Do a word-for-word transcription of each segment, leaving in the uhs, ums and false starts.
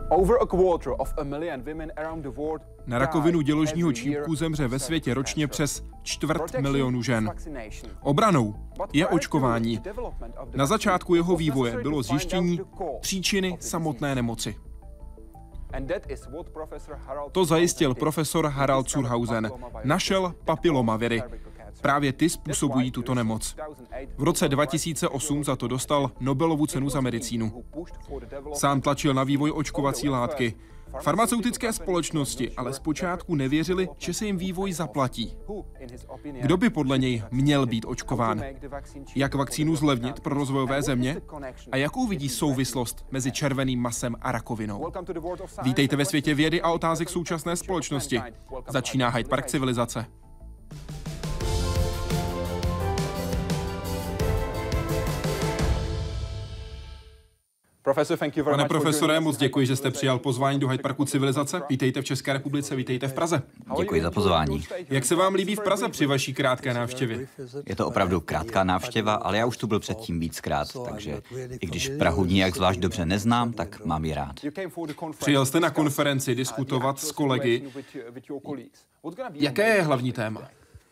Na rakovinu děložního čípku zemře ve světě ročně přes čtvrt milionu žen. Obranou je očkování. Na začátku jeho vývoje bylo zjištění příčiny samotné nemoci. To zajistil profesor Harald Zurhausen. Našel papilomaviry. Právě ty způsobují tuto nemoc. V roce dva tisíce osm za to dostal Nobelovu cenu za medicínu. Sám tlačil na vývoj očkovací látky. Farmaceutické společnosti ale zpočátku nevěřili, že se jim vývoj zaplatí. Kdo by podle něj měl být očkován? Jak vakcínu zlevnit pro rozvojové země? A jakou vidí souvislost mezi červeným masem a rakovinou? Vítejte ve světě vědy a otázek současné společnosti. Začíná Hyde Park civilizace. Pane profesore, moc děkuji, že jste přijal pozvání do Hyde Parku civilizace. Vítejte v České republice, vítejte v Praze. Děkuji za pozvání. Jak se vám líbí v Praze při vaší krátké návštěvě? Je to opravdu krátká návštěva, ale já už tu byl předtím víckrát, takže i když Prahu nijak zvlášť dobře neznám, tak mám ji rád. Přijel jste na konferenci diskutovat s kolegy. Jaké je hlavní téma?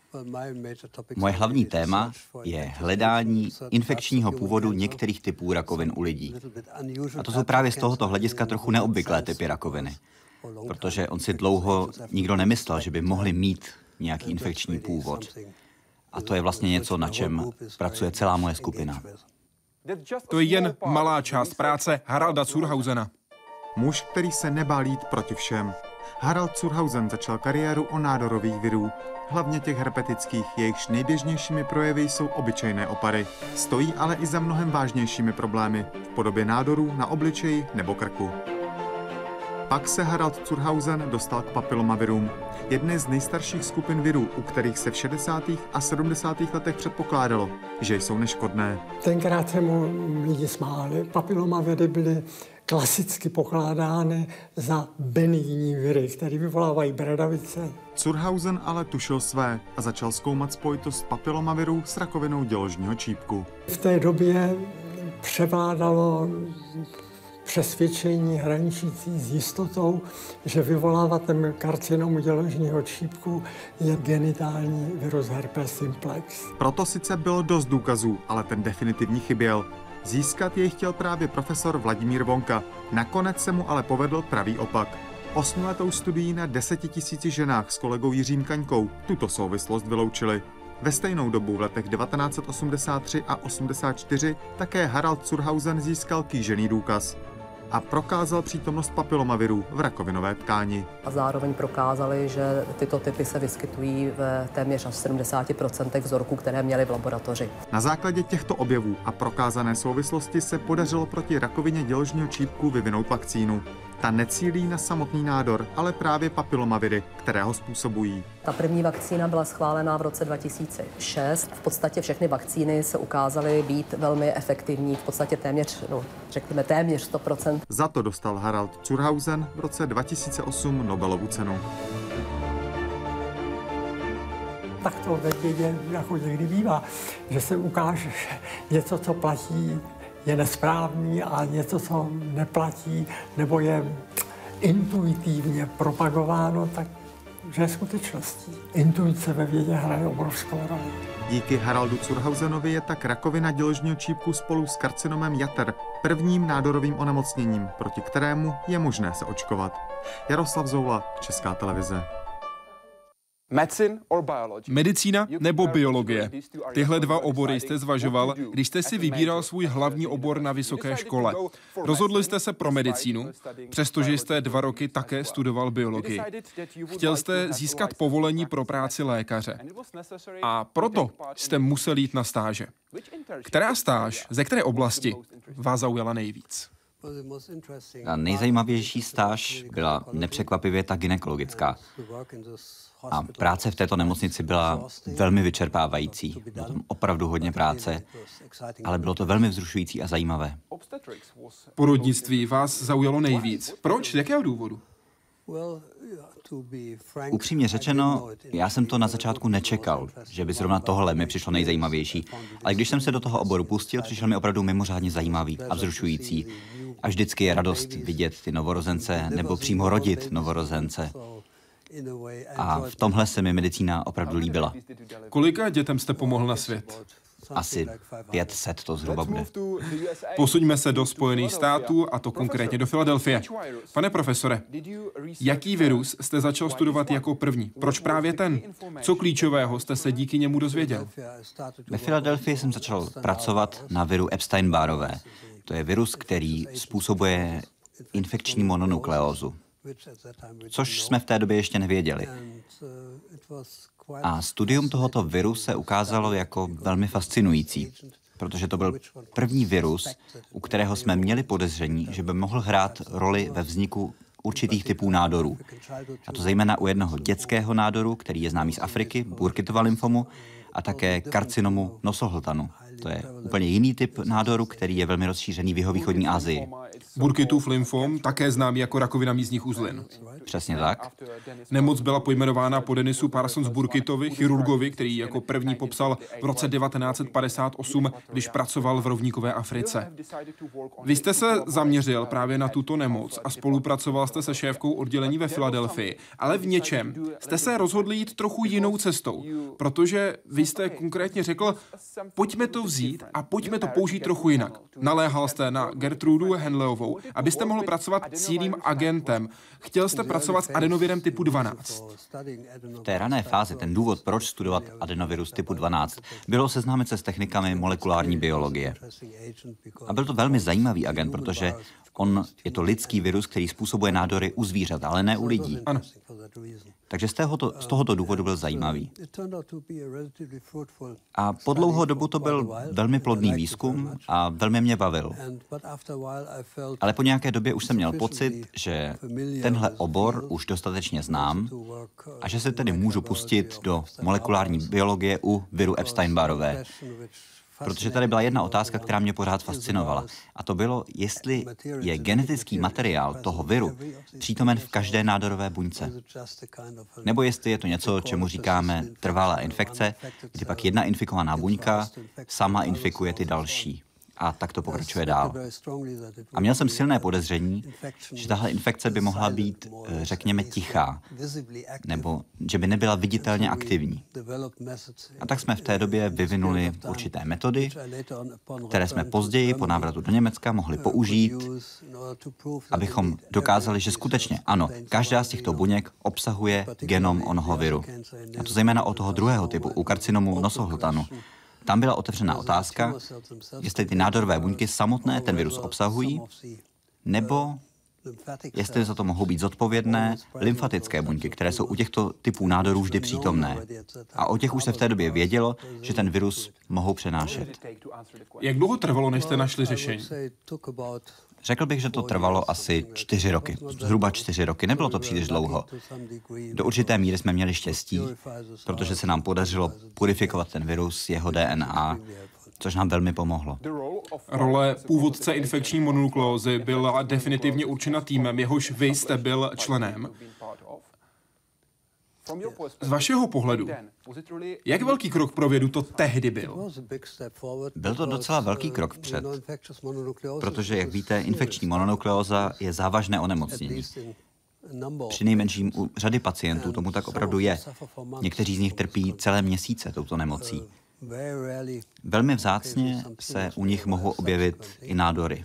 Moje hlavní téma je hledání infekčního původu některých typů rakovin u lidí. A to jsou právě z tohoto hlediska trochu neobvyklé typy rakoviny, protože on si dlouho nikdo nemyslel, že by mohli mít nějaký infekční původ. A to je vlastně něco, na čem pracuje celá moje skupina. To je jen malá část práce Haralda Zurhausena. Muž, který se nebál jít proti všem. Harald Zurhausen začal kariéru o nádorových virů, hlavně těch herpetických, jejichž nejběžnějšími projevy jsou obyčejné opary. Stojí ale i za mnohem vážnějšími problémy v podobě nádorů na obličeji nebo krku. Pak se Harald Zurhausen dostal k papilomavirům, jedné z nejstarších skupin virů, u kterých se v šedesátých a sedmdesátých letech předpokládalo, že jsou neškodné. Tenkrát se mu lidi smáli. Papilomaviry byly klasicky pokládány za benigní viry, které vyvolávají bradavice. Zurhausen ale tušil své a začal zkoumat spojitost papilomavirů s rakovinou děložního čípku. V té době převládalo přesvědčení hraničící s jistotou, že vyvolávatel karcinomu děložního čípku je genitální virus herpes simplex. Proto sice bylo dost důkazů, ale ten definitivní chyběl. Získat jej chtěl právě profesor Vladimír Vonka. Nakonec se mu ale povedl pravý opak. Osmiletou studií na desetitisíci ženách s kolegou Jiřím Kaňkou tuto souvislost vyloučili. Ve stejnou dobu v letech devatenáct set osmdesát tři a osmdesát čtyři také Harald Zurhausen získal kýžený důkaz a prokázal přítomnost papilomavirů v rakovinové tkáni. A zároveň prokázali, že tyto typy se vyskytují v téměř až sedmdesáti procentech vzorků, které měli v laboratoři. Na základě těchto objevů a prokázané souvislosti se podařilo proti rakovině děložního čípku vyvinout vakcínu. Ta necílí na samotný nádor, ale právě papilomaviry, které ho způsobují. Ta první vakcína byla schválená v roce dva tisíce šest. V podstatě všechny vakcíny se ukázaly být velmi efektivní, v podstatě téměř, no, řekněme téměř sto procent. Za to dostal Harald Zurhausen v roce dva tisíce osm Nobelovu cenu. Tak to ve vědě jako někdy bývá, že se ukáže, že něco, co platí, je nesprávný a něco, co neplatí, nebo je intuitivně propagováno, tak že je skutečností. Intuice ve vědě hraje obrovskou roli. Díky Haraldu Zurhausenovi je tak rakovina děložního čípku spolu s karcinomem jater prvním nádorovým onemocněním, proti kterému je možné se očkovat. Jaroslav Zoula, Česká televize. Medicína nebo biologie? Tyhle dva obory jste zvažoval, když jste si vybíral svůj hlavní obor na vysoké škole. Rozhodli jste se pro medicínu, přestože jste dva roky také studoval biologii. Chtěl jste získat povolení pro práci lékaře. A proto jste musel jít na stáže. Která stáž, ze které oblasti vás zaujala nejvíc? Ta nejzajímavější stáž byla nepřekvapivě ta gynekologická. A práce v této nemocnici byla velmi vyčerpávající. Bylo tam opravdu hodně práce, ale bylo to velmi vzrušující a zajímavé. Porodnictví vás zaujalo nejvíc. Proč? Z jakého důvodu? Upřímně řečeno, já jsem to na začátku nečekal, že by zrovna tohle mi přišlo nejzajímavější. Ale když jsem se do toho oboru pustil, přišel mi opravdu mimořádně zajímavý a vzrušující. A vždycky je radost vidět ty novorozence nebo přímo rodit novorozence. A v tomhle se mi medicína opravdu líbila. Kolika dětem jste pomohl na svět? Asi pět set to zhruba bude. Posuňme se do Spojených států, a to konkrétně do Filadelfie. Pane profesore, jaký virus jste začal studovat jako první? Proč právě ten? Co klíčového jste se díky němu dozvěděl? Ve Filadelfii jsem začal pracovat na viru Epstein-Barrové. To je virus, který způsobuje infekční mononukleózu, což jsme v té době ještě nevěděli. A studium tohoto viru se ukázalo jako velmi fascinující, protože to byl první virus, u kterého jsme měli podezření, že by mohl hrát roli ve vzniku určitých typů nádorů. A to zejména u jednoho dětského nádoru, který je známý z Afriky, Burkittova lymfomu, a také karcinomu nosohltanu. To je úplně jiný typ nádoru, který je velmi rozšířený v jihovýchodní Asii. Burkittův lymfom, také známý jako rakovina mízních uzlin. Přesně tak. Nemoc byla pojmenována po Denisu Parsons Burkittovi, chirurgovi, který jako první popsal v roce devatenáct set padesát osm, když pracoval v rovníkové Africe. Vy jste se zaměřil právě na tuto nemoc a spolupracoval jste se šéfkou oddělení ve Filadelfii, ale v něčem jste se rozhodli jít trochu jinou cestou, protože vy jste konkrétně řekl, pojďme to vzít a pojďme to použít trochu jinak. Naléhal jste na Gertrudu Henleovou, abyste mohl pracovat s jiným agentem. Chtěl jste pracovat s adenovirem typu dvanáct. V té rané fázi ten důvod, proč studovat adenovirus typu dvanáct, bylo seznámit se s technikami molekulární biologie. A byl to velmi zajímavý agent, protože on je to lidský virus, který způsobuje nádory u zvířat, ale ne u lidí. Ano. Takže z tohoto, z tohoto důvodu byl zajímavý. A po dlouhou dobu to byl velmi plodný výzkum a velmi mě bavil. Ale po nějaké době už jsem měl pocit, že tenhle obor už dostatečně znám a že se tedy můžu pustit do molekulární biologie u viru Epstein-Barrové. Protože tady byla jedna otázka, která mě pořád fascinovala. A to bylo, jestli je genetický materiál toho viru přítomen v každé nádorové buňce. Nebo jestli je to něco, čemu říkáme trvalá infekce, kdy pak jedna infikovaná buňka sama infikuje ty další. A tak to pokračuje dál. A měl jsem silné podezření, že tahle infekce by mohla být, řekněme, tichá, nebo že by nebyla viditelně aktivní. A tak jsme v té době vyvinuli určité metody, které jsme později po návratu do Německa mohli použít, abychom dokázali, že skutečně ano, každá z těchto buněk obsahuje genom onoho viru. A to zejména o toho druhého typu, u karcinomu nosohltanu. Tam byla otevřená otázka, jestli ty nádorové buňky samotné ten virus obsahují, nebo jestli za to mohou být zodpovědné lymfatické buňky, které jsou u těchto typů nádorů vždy přítomné. A o těch už se v té době vědělo, že ten virus mohou přenášet. Jak dlouho trvalo, než jste našli řešení? Řekl bych, že to trvalo asi čtyři roky. Zhruba čtyři roky. Nebylo to příliš dlouho. Do určité míry jsme měli štěstí, protože se nám podařilo purifikovat ten virus, jeho D N A, což nám velmi pomohlo. Role původce infekční mononukleózy byla definitivně určena týmem, jehož vy jste byl členem. Z vašeho pohledu, jak velký krok pro vědu to tehdy byl? Byl to docela velký krok vpřed, protože, jak víte, infekční mononukleóza je závažné onemocnění. Přinejmenším u řady pacientů tomu tak opravdu je. Někteří z nich trpí celé měsíce touto nemocí. Velmi vzácně se u nich mohou objevit i nádory.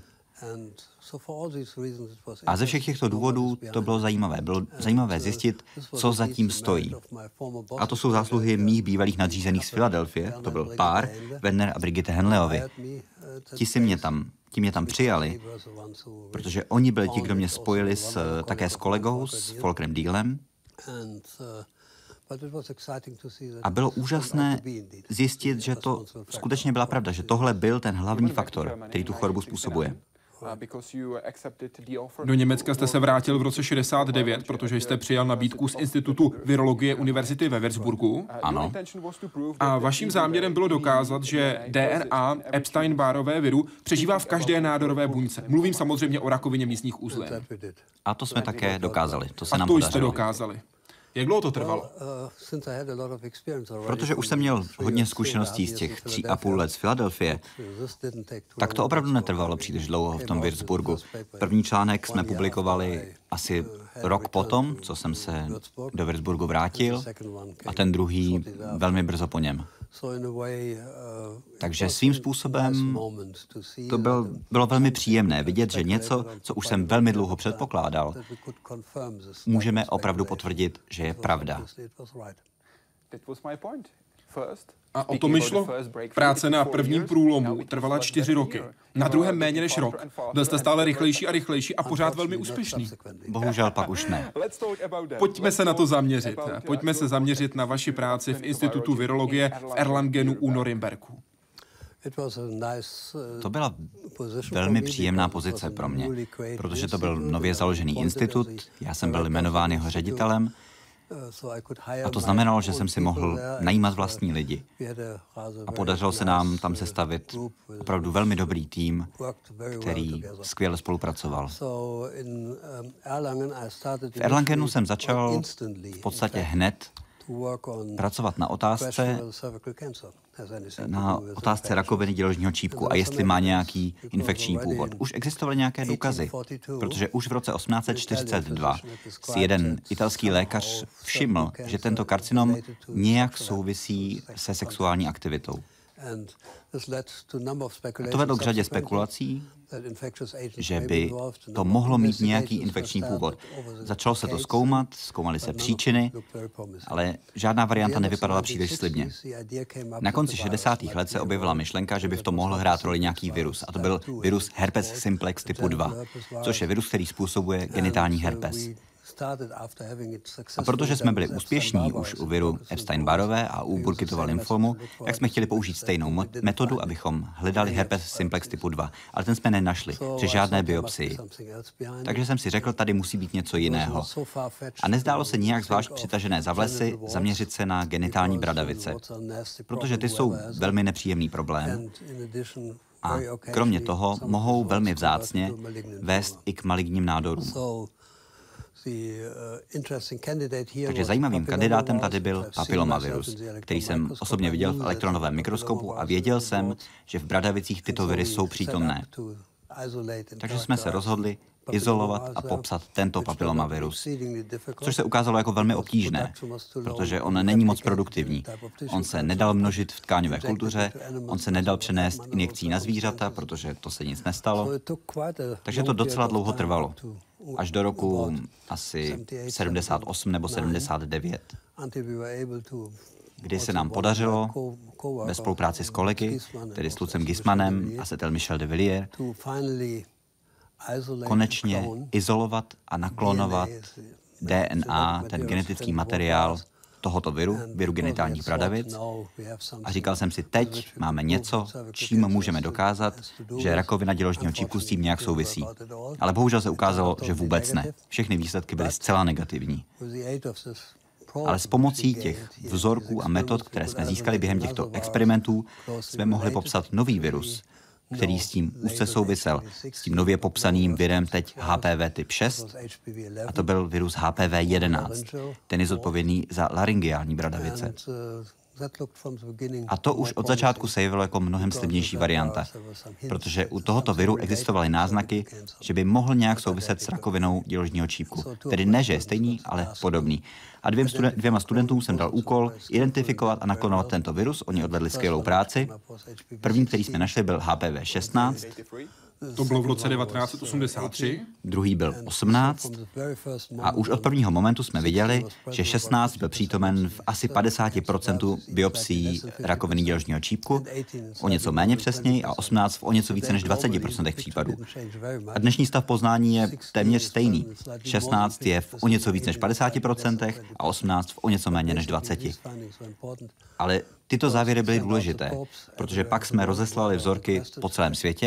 A ze všech těchto důvodů to bylo zajímavé. Bylo zajímavé zjistit, co za tím stojí. A to jsou zásluhy mých bývalých nadřízených z Filadelfie. To byl pár, Werner a Brigitte Henleovi. Ti si mě tam, ti mě tam přijali, protože oni byli ti, kdo mě spojili s, také s kolegou, s Volkerem Diehlem. A bylo úžasné zjistit, že to skutečně byla pravda, že tohle byl ten hlavní faktor, který tu chorobu způsobuje. Do Německa jste se vrátil v roce šedesát devět, protože jste přijal nabídku z Institutu virologie univerzity ve Würzburgu. Ano. A vaším záměrem bylo dokázat, že D N A Epstein-Barrové viru přežívá v každé nádorové buňce. Mluvím samozřejmě o rakovině místních uzlin. A to jsme také dokázali. To se A nám to podařilo. jste dokázali. Jak dlouho to trvalo? Protože už jsem měl hodně zkušeností z těch tří a půl let z Filadelfie, tak to opravdu netrvalo příliš dlouho v tom Würzburgu. První článek jsme publikovali asi rok potom, co jsem se do Würzburgu vrátil, a ten druhý velmi brzo po něm. Takže svým způsobem to byl, bylo velmi příjemné vidět, že něco, co už jsem velmi dlouho předpokládal, můžeme opravdu potvrdit, že je pravda. A o to mi šlo. Práce na prvním průlomu trvala čtyři roky. Na druhém méně než rok. Byl jste stále rychlejší a rychlejší a pořád velmi úspěšný. Bohužel pak už ne. Pojďme se na to zaměřit. Pojďme se zaměřit na vaši práci v Institutu virologie v Erlangenu u Norimberku. To byla velmi příjemná pozice pro mě, protože to byl nově založený institut, já jsem byl jmenován jeho ředitelem, a to znamenalo, že jsem si mohl najímat vlastní lidi. A podařilo se nám tam sestavit opravdu velmi dobrý tým, který skvěle spolupracoval. V Erlangenu jsem začal v podstatě hned pracovat na otázce, na otázce rakoviny děložního čípku a jestli má nějaký infekční původ. Už existovaly nějaké důkazy, protože už v roce osmnáct set čtyřicet dva si jeden italský lékař všiml, že tento karcinom nějak souvisí se sexuální aktivitou. A to vedlo k řadě spekulací, že by to mohlo mít nějaký infekční původ. Začalo se to zkoumat, zkoumaly se příčiny, ale žádná varianta nevypadala příliš slibně. Na konci šedesátých let se objevila myšlenka, že by v tom mohl hrát roli nějaký virus, a to byl virus herpes simplex typu dva, což je virus, který způsobuje genitální herpes. A protože jsme byli úspěšní už u viru Epstein-Barrové a u Burkittova lymfomu, tak jsme chtěli použít stejnou metodu, abychom hledali herpes simplex typu dva, ale ten jsme nenašli, při žádné biopsii. Takže jsem si řekl, tady musí být něco jiného. A nezdálo se nijak zvlášť přitažené za vlesy zaměřit se na genitální bradavice, protože ty jsou velmi nepříjemný problém. A kromě toho mohou velmi vzácně vést i k maligním nádorům. Takže zajímavým kandidátem tady byl papilomavirus, který jsem osobně viděl v elektronovém mikroskopu a věděl jsem, že v bradavicích tyto viry jsou přítomné. Takže jsme se rozhodli izolovat a popsat tento papilomavirus, což se ukázalo jako velmi obtížné, protože on není moc produktivní. On se nedal množit v tkáňové kultuře, on se nedal přenést injekcí na zvířata, protože to se nic nestalo. Takže to docela dlouho trvalo. Až do roku asi sedmdesát osm nebo sedmdesát devět, kdy se nám podařilo ve spolupráci s kolegy, tedy s Lucem Gismanem a Setel Michel de Villiers, konečně izolovat a naklonovat D N A, ten genetický materiál tohoto viru, viru genitálních bradavic. A říkal jsem si, teď máme něco, čím můžeme dokázat, že rakovina děložního čípku s tím nějak souvisí. Ale bohužel se ukázalo, že vůbec ne. Všechny výsledky byly zcela negativní. Ale s pomocí těch vzorků a metod, které jsme získali během těchto experimentů, jsme mohli popsat nový virus, který s tím úzce souvisel, s tím nově popsaným virem teď H P V typ šest, a to byl virus H P V jedenáct. Ten je zodpovědný za laryngeální bradavice. A to už od začátku se jevilo jako mnohem slibnější varianta, protože u tohoto viru existovaly náznaky, že by mohl nějak souviset s rakovinou děložního čípku. Tedy ne, že je stejný, ale podobný. A dvěm studen- dvěma studentům jsem dal úkol identifikovat a naklonovat tento virus. Oni odvedli skvělou práci. První, který jsme našli, byl H P V šestnáct. To bylo v roce devatenáct set osmdesát tři. Druhý byl osmnáct. A už od prvního momentu jsme viděli, že šestnáct byl přítomen v asi padesát procent biopsií rakoviny děložního čípku, o něco méně přesněji, a osmnáct v o něco více než dvacet procent případů. A dnešní stav poznání je téměř stejný. šestnáct je v o něco víc než padesát procent a osmnáct v o něco méně než dvacet procent. Ale tyto závěry byly důležité, protože pak jsme rozeslali vzorky po celém světě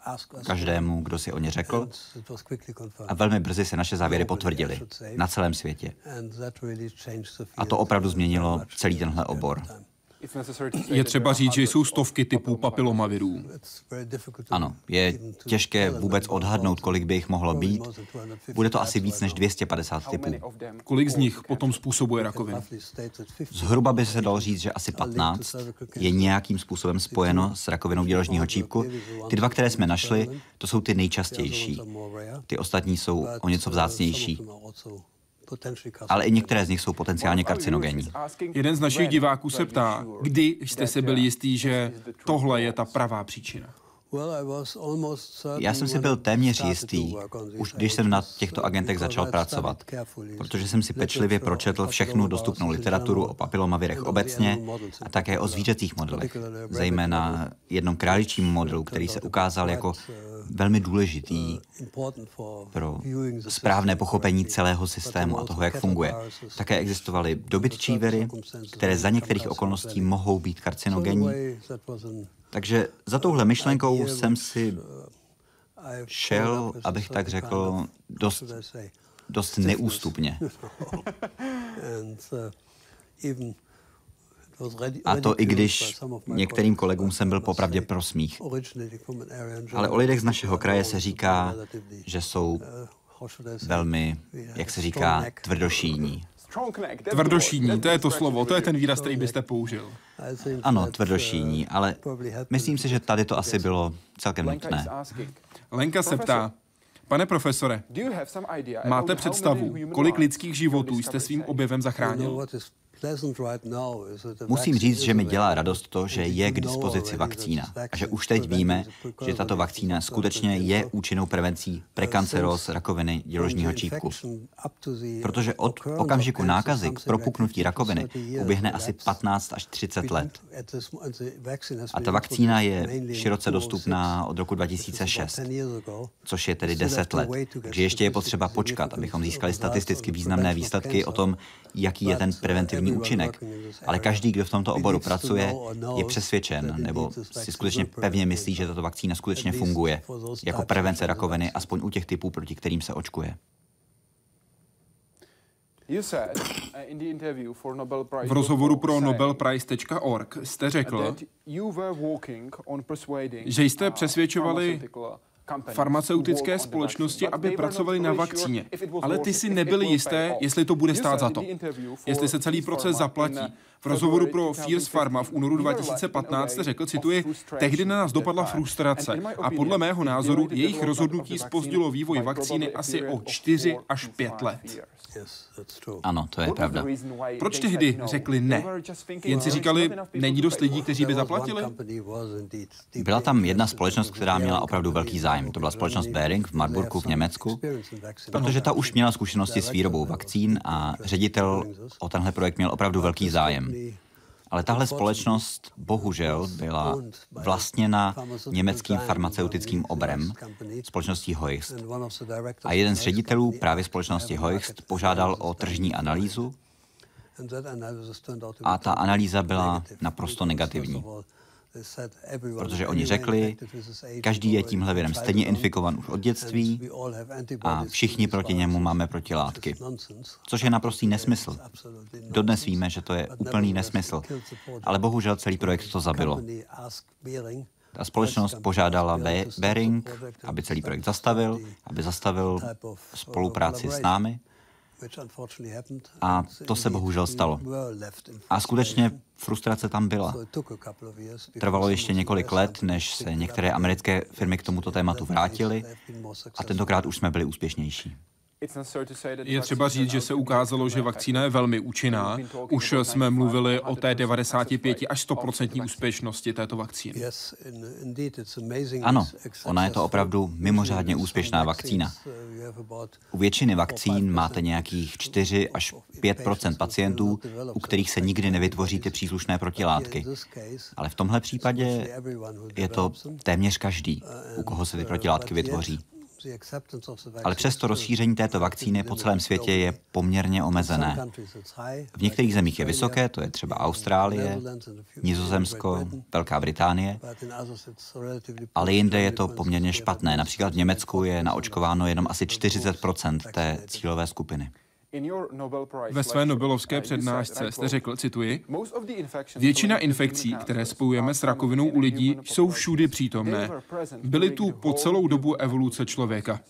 každému, kdo si o ně řekl, a velmi brzy se naše závěry potvrdily na celém světě. A to opravdu změnilo celý tenhle obor. Je třeba říct, že jsou stovky typů papilomavirů. Ano, je těžké vůbec odhadnout, kolik by jich mohlo být. Bude to asi víc než dvě stě padesát typů. Kolik z nich potom způsobuje rakovinu? Zhruba by se dalo říct, že asi patnáct je nějakým způsobem spojeno s rakovinou děložního čípku. Ty dva, které jsme našli, to jsou ty nejčastější. Ty ostatní jsou o něco vzácnější. Ale i některé z nich jsou potenciálně karcinogenní. Jeden z našich diváků se ptá, kdy jste si byli jistý, že tohle je ta pravá příčina? Já jsem si byl téměř jistý, už když jsem na těchto agentech začal pracovat, protože jsem si pečlivě pročetl všechnu dostupnou literaturu o papilomavirech obecně a také o zvířecích modelech, zejména jednom králičím modelu, který se ukázal jako velmi důležitý pro správné pochopení celého systému a toho, jak funguje. Také existovaly dobytčí viry, které za některých okolností mohou být karcinogenní. Takže za touhle myšlenkou jsem si šel, abych tak řekl, dost, dost neústupně. A to i když některým kolegům jsem byl popravdě prosmích. Ale o lidech z našeho kraje se říká, že jsou velmi, jak se říká, tvrdošíjní. Tvrdošíní, to je to slovo, to je ten výraz, který byste použil. Ano, tvrdošíní, ale myslím si, že tady to asi bylo celkem nutné. Lenka se ptá, pane profesore, máte představu, kolik lidských životů jste svým objevem zachránil? Musím říct, že mi dělá radost to, že je k dispozici vakcína a že už teď víme, že tato vakcína skutečně je účinnou prevencí prekanceróz rakoviny děložního čípku. Protože od okamžiku nákazy k propuknutí rakoviny uběhne asi patnáct až třicet let. A ta vakcína je široce dostupná od roku dva tisíce šest, což je tedy deset let. Takže ještě je potřeba počkat, abychom získali statisticky významné výsledky o tom, jaký je ten preventivní účinek. Ale každý, kdo v tomto oboru pracuje, je přesvědčen nebo si skutečně pevně myslí, že tato vakcína skutečně funguje jako prevence rakoviny, aspoň u těch typů, proti kterým se očkuje. V rozhovoru pro nobel prize tečka org jste řekl, že jste přesvědčovali farmaceutické společnosti, aby pracovali na vakcíně. Ale ty si nebyli jisté, jestli to bude stát za to. Jestli se celý proces zaplatí. V rozhovoru pro Fierce Pharma v únoru dva tisíce patnáct jste řekl, cituji, tehdy na nás dopadla frustrace a podle mého názoru jejich rozhodnutí zpozdilo vývoj vakcíny asi o čtyři až pět let. Ano, to je pravda. Proč tehdy řekli ne? Jen si říkali, není dost lidí, kteří by zaplatili? Byla tam jedna společnost, která měla opravdu velký zájem. To byla společnost Behring v Marburgu v Německu, protože ta už měla zkušenosti s výrobou vakcín a ředitel o tenhle projekt měl opravdu velký zájem. Ale tahle společnost bohužel byla vlastněna německým farmaceutickým oborem, společností Hoechst. A jeden z ředitelů právě společnosti Hoechst požádal o tržní analýzu a ta analýza byla naprosto negativní. Protože oni řekli, každý je tímhle virem stejně infikovan už od dětství a všichni proti němu máme protilátky. Což je naprostý nesmysl. Dodnes víme, že to je úplný nesmysl. Ale bohužel celý projekt to zabilo. Ta společnost požádala Behring, aby celý projekt zastavil, aby zastavil spolupráci s námi. A to se bohužel stalo. A skutečně frustrace tam byla. Trvalo ještě několik let, než se některé americké firmy k tomuto tématu vrátily a tentokrát už jsme byli úspěšnější. Je třeba říct, že se ukázalo, že vakcína je velmi účinná. Už jsme mluvili o té devadesát pět až sto procent úspěšnosti této vakcíny. Ano, ona je to opravdu mimořádně úspěšná vakcína. U většiny vakcín máte nějakých čtyři až pět procent pacientů, u kterých se nikdy nevytvoří ty příslušné protilátky. Ale v tomhle případě je to téměř každý, u koho se ty protilátky vytvoří. Ale přesto rozšíření této vakcíny po celém světě je poměrně omezené. V některých zemích je vysoké, to je třeba Austrálie, Nizozemsko, Velká Británie, ale jinde je to poměrně špatné. Například v Německu je naočkováno jenom asi čtyřicet procent té cílové skupiny. Ve své nobelovské přednášce jste řekl, cituji, většina infekcí, které spojujeme s rakovinou u lidí, jsou všudy přítomné. Byly tu po celou dobu evoluce člověka.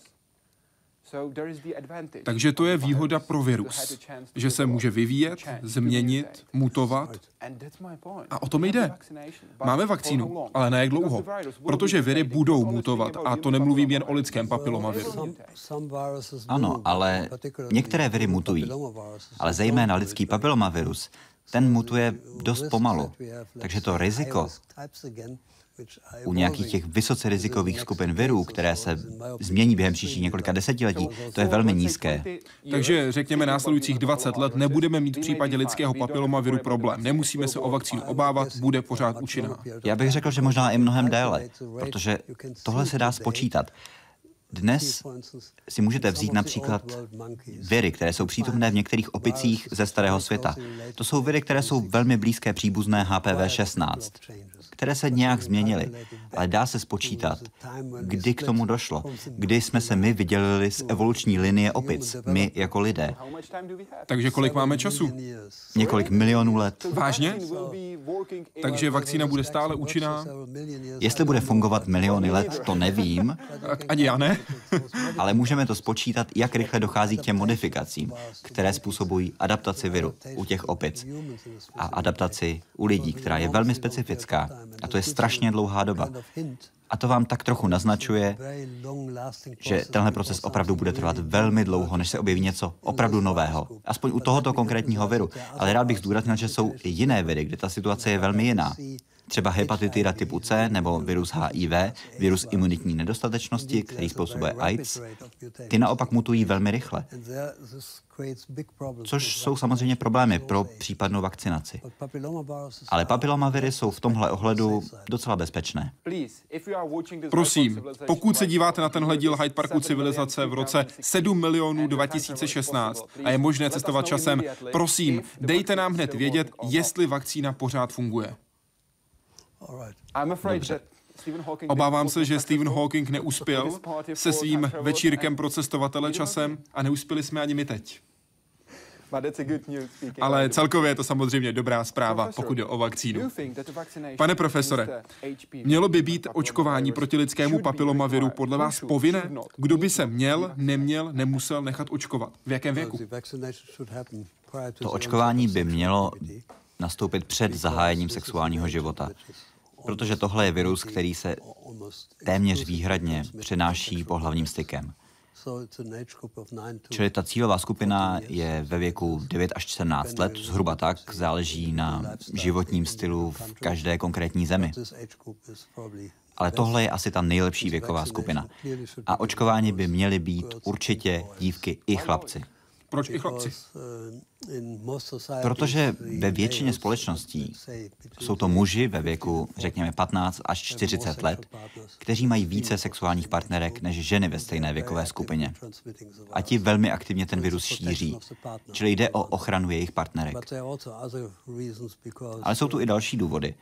Takže to je výhoda pro virus, že se může vyvíjet, změnit, mutovat. A o tom jde. Máme vakcínu, ale ne jak dlouho, protože viry budou mutovat a to nemluvím jen o lidském papilomaviru. Ano, ale některé viry mutují, ale zejména lidský papilomavirus, ten mutuje dost pomalu, takže to riziko u nějakých těch vysoce rizikových skupin virů, které se změní během příštích několika desetiletí, to je velmi nízké. Takže řekněme následujících dvacet let nebudeme mít v případě lidského papilomaviru problém. Nemusíme se o vakcínu obávat, bude pořád účinná. Já bych řekl, že možná i mnohem déle, protože tohle se dá spočítat. Dnes si můžete vzít například viry, které jsou přítomné v některých opicích ze starého světa. To jsou viry, které jsou velmi blízké příbuzné H P V šestnáct, které se nějak změnily, ale dá se spočítat, kdy k tomu došlo, kdy jsme se my vydělili z evoluční linie opic, my jako lidé. Takže kolik máme času? Několik milionů let. Vážně? Takže vakcína bude stále účinná? Jestli bude fungovat miliony let, to nevím. Ani já ne. Ale můžeme to spočítat, jak rychle dochází k těm modifikacím, které způsobují adaptaci viru u těch opic a adaptaci u lidí, která je velmi specifická. A to je strašně dlouhá doba. A to vám tak trochu naznačuje, že tenhle proces opravdu bude trvat velmi dlouho, než se objeví něco opravdu nového. Aspoň u tohoto konkrétního viru. Ale rád bych zdůraznil, že jsou i jiné viry, kde ta situace je velmi jiná. Třeba hepatitida typu C nebo virus H I V, virus imunitní nedostatečnosti, který způsobuje AIDS, ty naopak mutují velmi rychle. Což jsou samozřejmě problémy pro případnou vakcinaci. Ale papilomaviry jsou v tomhle ohledu docela bezpečné. Prosím, pokud se díváte na tenhle díl Hyde Parku civilizace v roce sedm milionů dva tisíce šestnáct a je možné cestovat časem, prosím, dejte nám hned vědět, jestli vakcína pořád funguje. Dobře. Obávám se, že Stephen Hawking neuspěl se svým večírkem pro cestovatele časem a neuspěli jsme ani my teď. Ale celkově je to samozřejmě dobrá zpráva, pokud jde o vakcínu. Pane profesore, mělo by být očkování proti lidskému papilomaviru podle vás povinné? Kdo by se měl, neměl, nemusel nechat očkovat? V jakém věku? To očkování by mělo nastoupit před zahájením sexuálního života. Protože tohle je virus, který se téměř výhradně přenáší pohlavním stykem. Čili ta cílová skupina je ve věku devět až čtrnáct let, zhruba tak, záleží na životním stylu v každé konkrétní zemi. Ale tohle je asi ta nejlepší věková skupina. A očkování by měly být určitě dívky i chlapci. Proč i chlapci? Protože ve většině společností jsou to muži ve věku, řekněme, patnáct až čtyřicet let, kteří mají více sexuálních partnerek než ženy ve stejné věkové skupině. A ti velmi aktivně ten virus šíří, čili jde o ochranu jejich partnerek. Ale jsou tu i další důvody.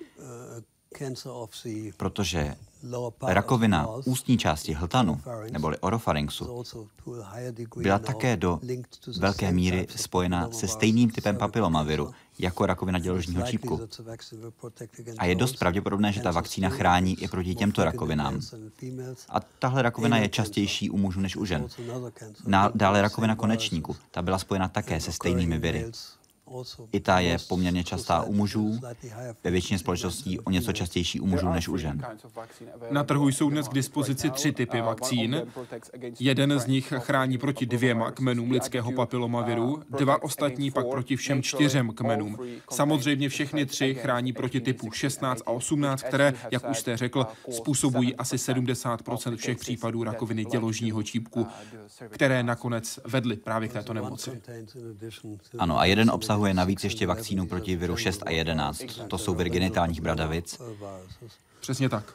Protože rakovina ústní části hltanu, neboli orofaringsu, byla také do velké míry spojena se stejným typem papilomaviru, jako rakovina děložního čípku. A je dost pravděpodobné, že ta vakcína chrání i proti těmto rakovinám. A tahle rakovina je častější u mužů než u žen. Dále rakovina konečníku, ta byla spojena také se stejnými viry. I ta je poměrně častá u mužů, ve většině společností o něco častější u mužů než u žen. Na trhu jsou dnes k dispozici tři typy vakcín. Jeden z nich chrání proti dvěma kmenům lidského papilomaviru, dva ostatní pak proti všem čtyřem kmenům. Samozřejmě všechny tři chrání proti typu šestnáct a osmnáct, které, jak už jste řekl, způsobují asi sedmdesát procent všech případů rakoviny děložního čípku, které nakonec vedly právě k této nemoci. Ano, a jeden obsahuje obsahuje navíc ještě vakcínu proti viru šest a jedenáct. To jsou viry genitálních bradavic. Přesně tak.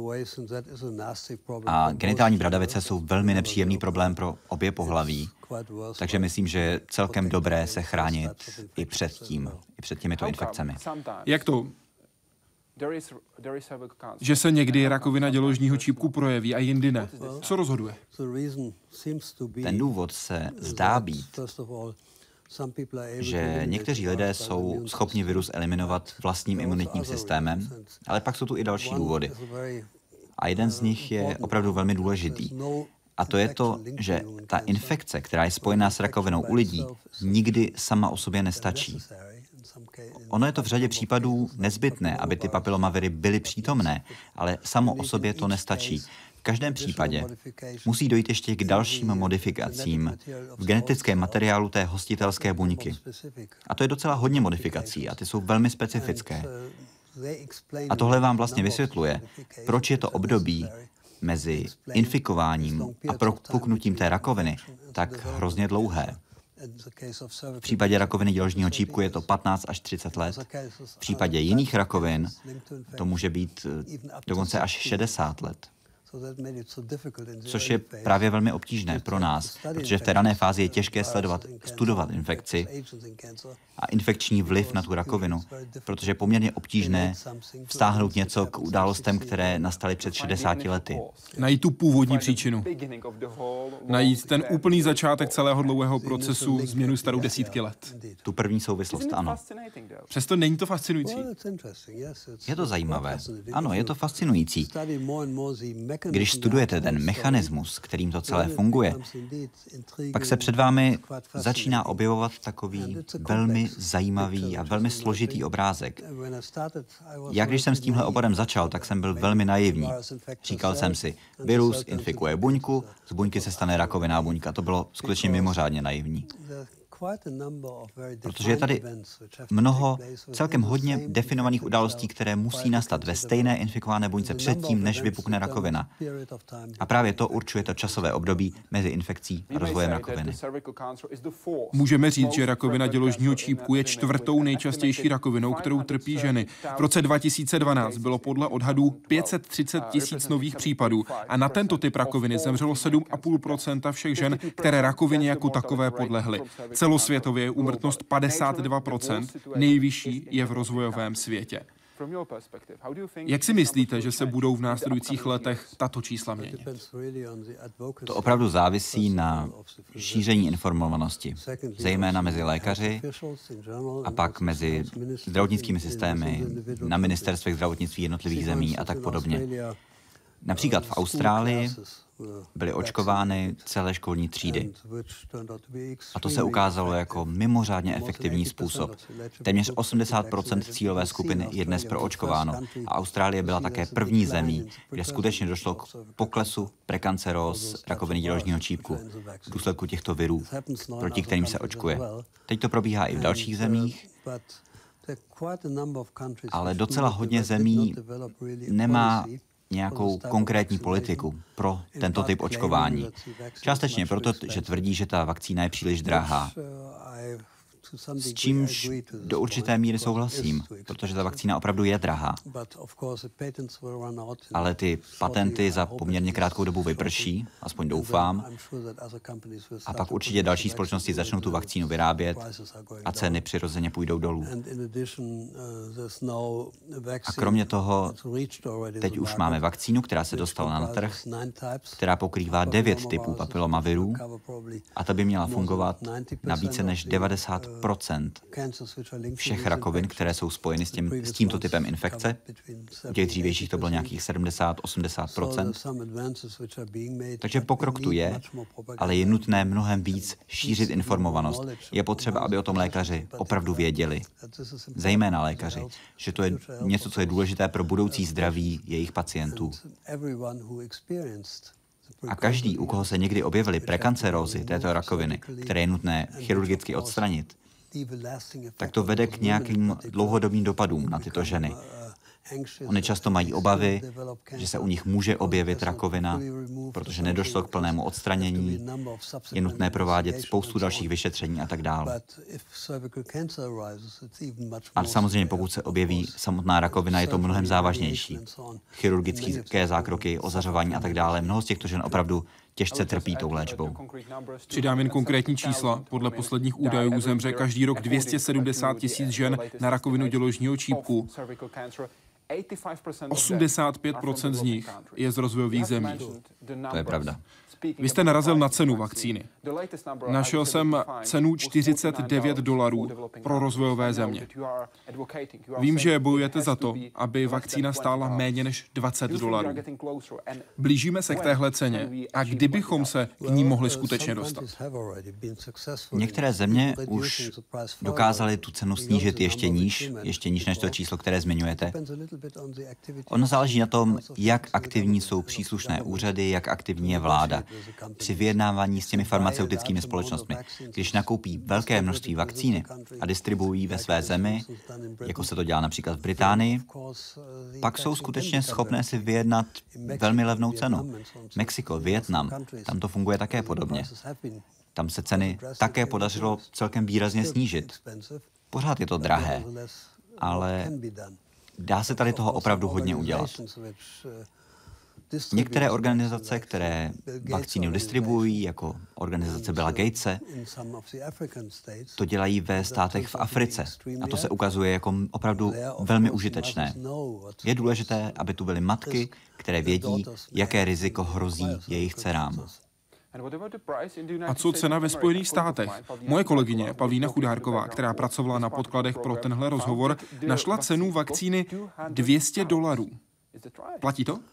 A genitální bradavice jsou velmi nepříjemný problém pro obě pohlaví. Takže myslím, že je celkem dobré se chránit i před tím, i před těmito infekcemi. Jak to, že se někdy rakovina děložního čípku projeví a jindy ne? Co rozhoduje? Ten důvod se zdá být, že někteří lidé jsou schopni virus eliminovat vlastním imunitním systémem, ale pak jsou tu i další důvody. A jeden z nich je opravdu velmi důležitý. A to je to, že ta infekce, která je spojená s rakovinou u lidí, nikdy sama o sobě nestačí. Ono je to v řadě případů nezbytné, aby ty papilomaviry byly přítomné, ale samo o sobě to nestačí. V každém případě musí dojít ještě k dalším modifikacím v genetickém materiálu té hostitelské buňky. A to je docela hodně modifikací a ty jsou velmi specifické. A tohle vám vlastně vysvětluje, proč je to období mezi infikováním a propuknutím té rakoviny tak hrozně dlouhé. V případě rakoviny děložního čípku je to patnáct až třicet let. V případě jiných rakovin to může být dokonce až šedesát let. Což je právě velmi obtížné pro nás, protože v té rané fázi je těžké sledovat, studovat infekci a infekční vliv na tu rakovinu, protože je poměrně obtížné vztáhnout něco k událostem, které nastaly před šedesáti lety. Najít tu původní příčinu. Najít ten úplný začátek celého dlouhého procesu, změnu starou desítky let. Tu první souvislost, ano. Přesto není to fascinující. Je to zajímavé. Ano, je to fascinující. Když studujete ten mechanismus, kterým to celé funguje, pak se před vámi začíná objevovat takový velmi zajímavý a velmi složitý obrázek. Já když jsem s tímhle oborem začal, tak jsem byl velmi naivní. Říkal jsem si, virus infikuje buňku, z buňky se stane rakoviná buňka. To bylo skutečně mimořádně naivní. Protože je tady mnoho, celkem hodně definovaných událostí, které musí nastat ve stejné infikované buňce předtím, než vypukne rakovina. A právě to určuje to časové období mezi infekcí a rozvojem rakoviny. Můžeme říct, že rakovina děložního čípku je čtvrtou nejčastější rakovinou, kterou trpí ženy. V roce dva tisíce dvanáct bylo podle odhadů pět set třicet tisíc nových případů a na tento typ rakoviny zemřelo sedm celá pět procenta všech žen, které rakovině jako takové podlehly. Celosvětově je úmrtnost padesát dva procent, nejvyšší je v rozvojovém světě. Jak si myslíte, že se budou v následujících letech tato čísla měnit? To opravdu závisí na šíření informovanosti, zejména mezi lékaři a pak mezi zdravotnickými systémy, na ministerstvech zdravotnictví jednotlivých zemí a tak podobně. Například v Austrálii byly očkovány celé školní třídy. A to se ukázalo jako mimořádně efektivní způsob. Téměř osmdesát procent cílové skupiny je dnes proočkováno a Austrálie byla také první zemí, kde skutečně došlo k poklesu prekanceróz rakoviny děložního čípku v důsledku těchto virů, proti kterým se očkuje. Teď to probíhá i v dalších zemích, ale docela hodně zemí nemá nějakou konkrétní politiku pro tento typ očkování. Částečně proto, že tvrdí, že ta vakcína je příliš drahá. S čímž do určité míry souhlasím, protože ta vakcína opravdu je drahá. Ale ty patenty za poměrně krátkou dobu vyprší, aspoň doufám, a pak určitě další společnosti začnou tu vakcínu vyrábět a ceny přirozeně půjdou dolů. A kromě toho, teď už máme vakcínu, která se dostala na trh, která pokrývá devět typů papilomavirů a ta by měla fungovat na více než devadesát procent všech rakovin, které jsou spojeny s, tím, s tímto typem infekce. U těch dřívějších to bylo nějakých sedmdesát až osmdesát procent. Takže pokrok tu je, ale je nutné mnohem víc šířit informovanost. Je potřeba, aby o tom lékaři opravdu věděli, zejména lékaři, že to je něco, co je důležité pro budoucí zdraví jejich pacientů. A každý, u koho se někdy objevily prekancerózy této rakoviny, které je nutné chirurgicky odstranit, tak to vede k nějakým dlouhodobým dopadům na tyto ženy. Oni často mají obavy, že se u nich může objevit rakovina protože nedošlo k plnému odstranění, je nutné provádět spoustu dalších vyšetření a tak dále. A samozřejmě pokud se objeví samotná rakovina, je to mnohem závažnější. Chirurgické zákroky, ozařování a tak dále. Mnoho z těchto žen opravdu těžce trpí tou léčbou. Přidám jen konkrétní čísla. Podle posledních údajů zemře každý rok dvě stě sedmdesát tisíc žen na rakovinu děložního čípku. osmdesát pět procent z nich je z rozvojových zemí. To je pravda. Vy jste narazil na cenu vakcíny. Našel jsem cenu čtyřicet devět dolarů pro rozvojové země. Vím, že bojujete za to, aby vakcína stála méně než dvacet dolarů. Blížíme se k téhle ceně a kdybychom se k ní mohli skutečně dostat? Některé země už dokázaly tu cenu snížit ještě níž, ještě níž než to číslo, které zmiňujete. Ono záleží na tom, jak aktivní jsou příslušné úřady, jak aktivní je vláda. Při vyjednávání s těmi farmaceutickými společnostmi, když nakoupí velké množství vakcíny a distribuují ve své zemi, jako se to dělá například v Británii, pak jsou skutečně schopné si vyjednat velmi levnou cenu. Mexiko, Vietnam, tam to funguje také podobně. Tam se ceny také podařilo celkem výrazně snížit. Pořád je to drahé, ale dá se tady toho opravdu hodně udělat. Některé organizace, které vakcíny distribuují, jako organizace Billa Gatese, to dělají ve státech v Africe. A to se ukazuje jako opravdu velmi užitečné. Je důležité, aby tu byly matky, které vědí, jaké riziko hrozí jejich dcerám. A co cena ve Spojených státech? Moje kolegyně Pavlína Chudárková, která pracovala na podkladech pro tenhle rozhovor, našla cenu vakcíny dvě stě dolarů. Platí to?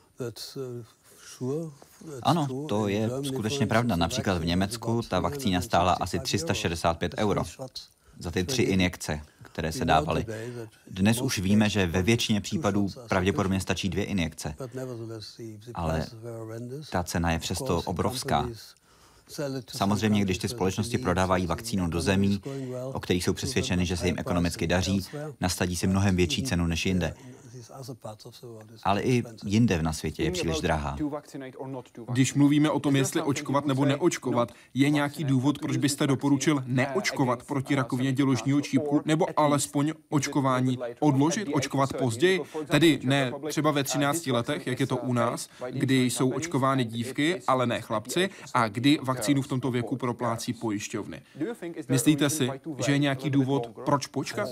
Ano, to je skutečně pravda. Například v Německu ta vakcína stála asi tři sta šedesát pět euro za ty tři injekce, které se dávaly. Dnes už víme, že ve většině případů pravděpodobně stačí dvě injekce, ale ta cena je přesto obrovská. Samozřejmě, když ty společnosti prodávají vakcínu do zemí, o kterých jsou přesvědčeny, že se jim ekonomicky daří, nasadí si mnohem větší cenu než jinde. Ale i jinde na světě je příliš drahá. Když mluvíme o tom, jestli očkovat nebo neočkovat, je nějaký důvod, proč byste doporučil neočkovat proti rakovině děložního čípku, nebo alespoň očkování odložit, očkovat později? Tedy ne třeba ve třinácti letech, jak je to u nás, kdy jsou očkovány dívky, ale ne chlapci, a kdy vakcínu v tomto věku proplácí pojišťovny. Myslíte si, že je nějaký důvod, proč počkat?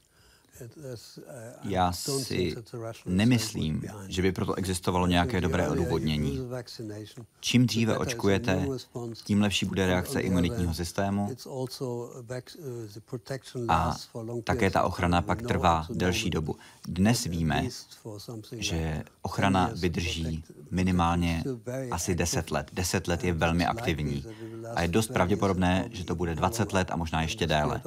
Já si nemyslím, že by proto existovalo nějaké dobré odůvodnění. Čím dříve očkujete, tím lepší bude reakce imunitního systému a také ta ochrana pak trvá delší dobu. Dnes víme, že ochrana vydrží minimálně asi deset let. deset let je velmi aktivní a je dost pravděpodobné, že to bude dvacet let a možná ještě déle.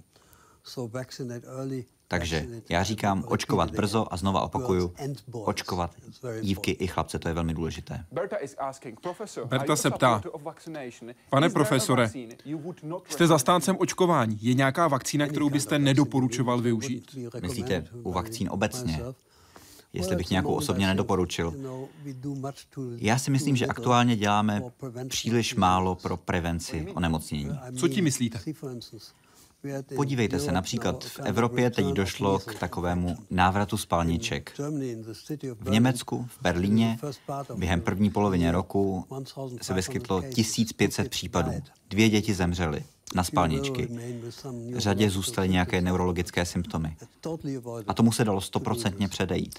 Takže já říkám očkovat brzo a znova opakuju, očkovat dívky i chlapce, to je velmi důležité. Berta se ptá, pane profesore, jste zastáncem očkování. Je nějaká vakcína, kterou byste nedoporučoval využít? Myslíte u vakcín obecně? Jestli bych nějakou osobně nedoporučil. Já si myslím, že aktuálně děláme příliš málo pro prevenci onemocnění. Co tím myslíte? Podívejte se, například v Evropě teď došlo k takovému návratu spalniček. V Německu, v Berlíně, během první polovině roku se vyskytlo tisíc pět set případů. Dvě děti zemřely na spalničky. Řadě zůstaly nějaké neurologické symptomy. A tomu se dalo stoprocentně předejít.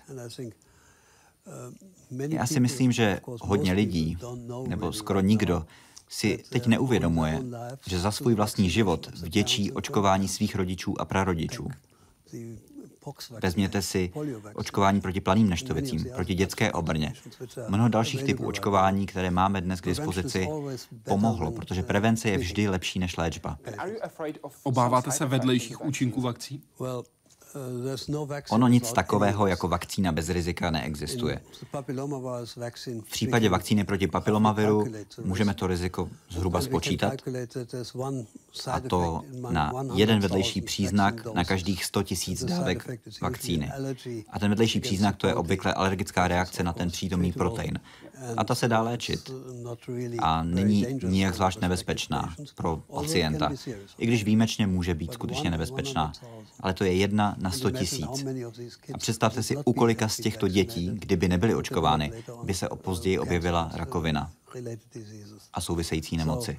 Já si myslím, že hodně lidí, nebo skoro nikdo, si teď neuvědomuje, že za svůj vlastní život vděčí očkování svých rodičů a prarodičů. Vezměte si očkování proti planým neštovicím, proti dětské obrně. Mnoho dalších typů očkování, které máme dnes k dispozici, pomohlo, protože prevence je vždy lepší než léčba. Obáváte se vedlejších účinků vakcín? Ono nic takového jako vakcína bez rizika neexistuje. V případě vakcíny proti papilomaviru můžeme to riziko zhruba spočítat, a to na jeden vedlejší příznak na každých sto tisíc dávek vakcíny. A ten vedlejší příznak to je obvykle alergická reakce na ten přítomný protein. A ta se dá léčit a není nijak zvlášť nebezpečná pro pacienta, i když výjimečně může být skutečně nebezpečná. Ale to je jedna na sto tisíc. A představte si, u kolika z těchto dětí, kdyby nebyly očkovány, by se později objevila rakovina a související nemoci.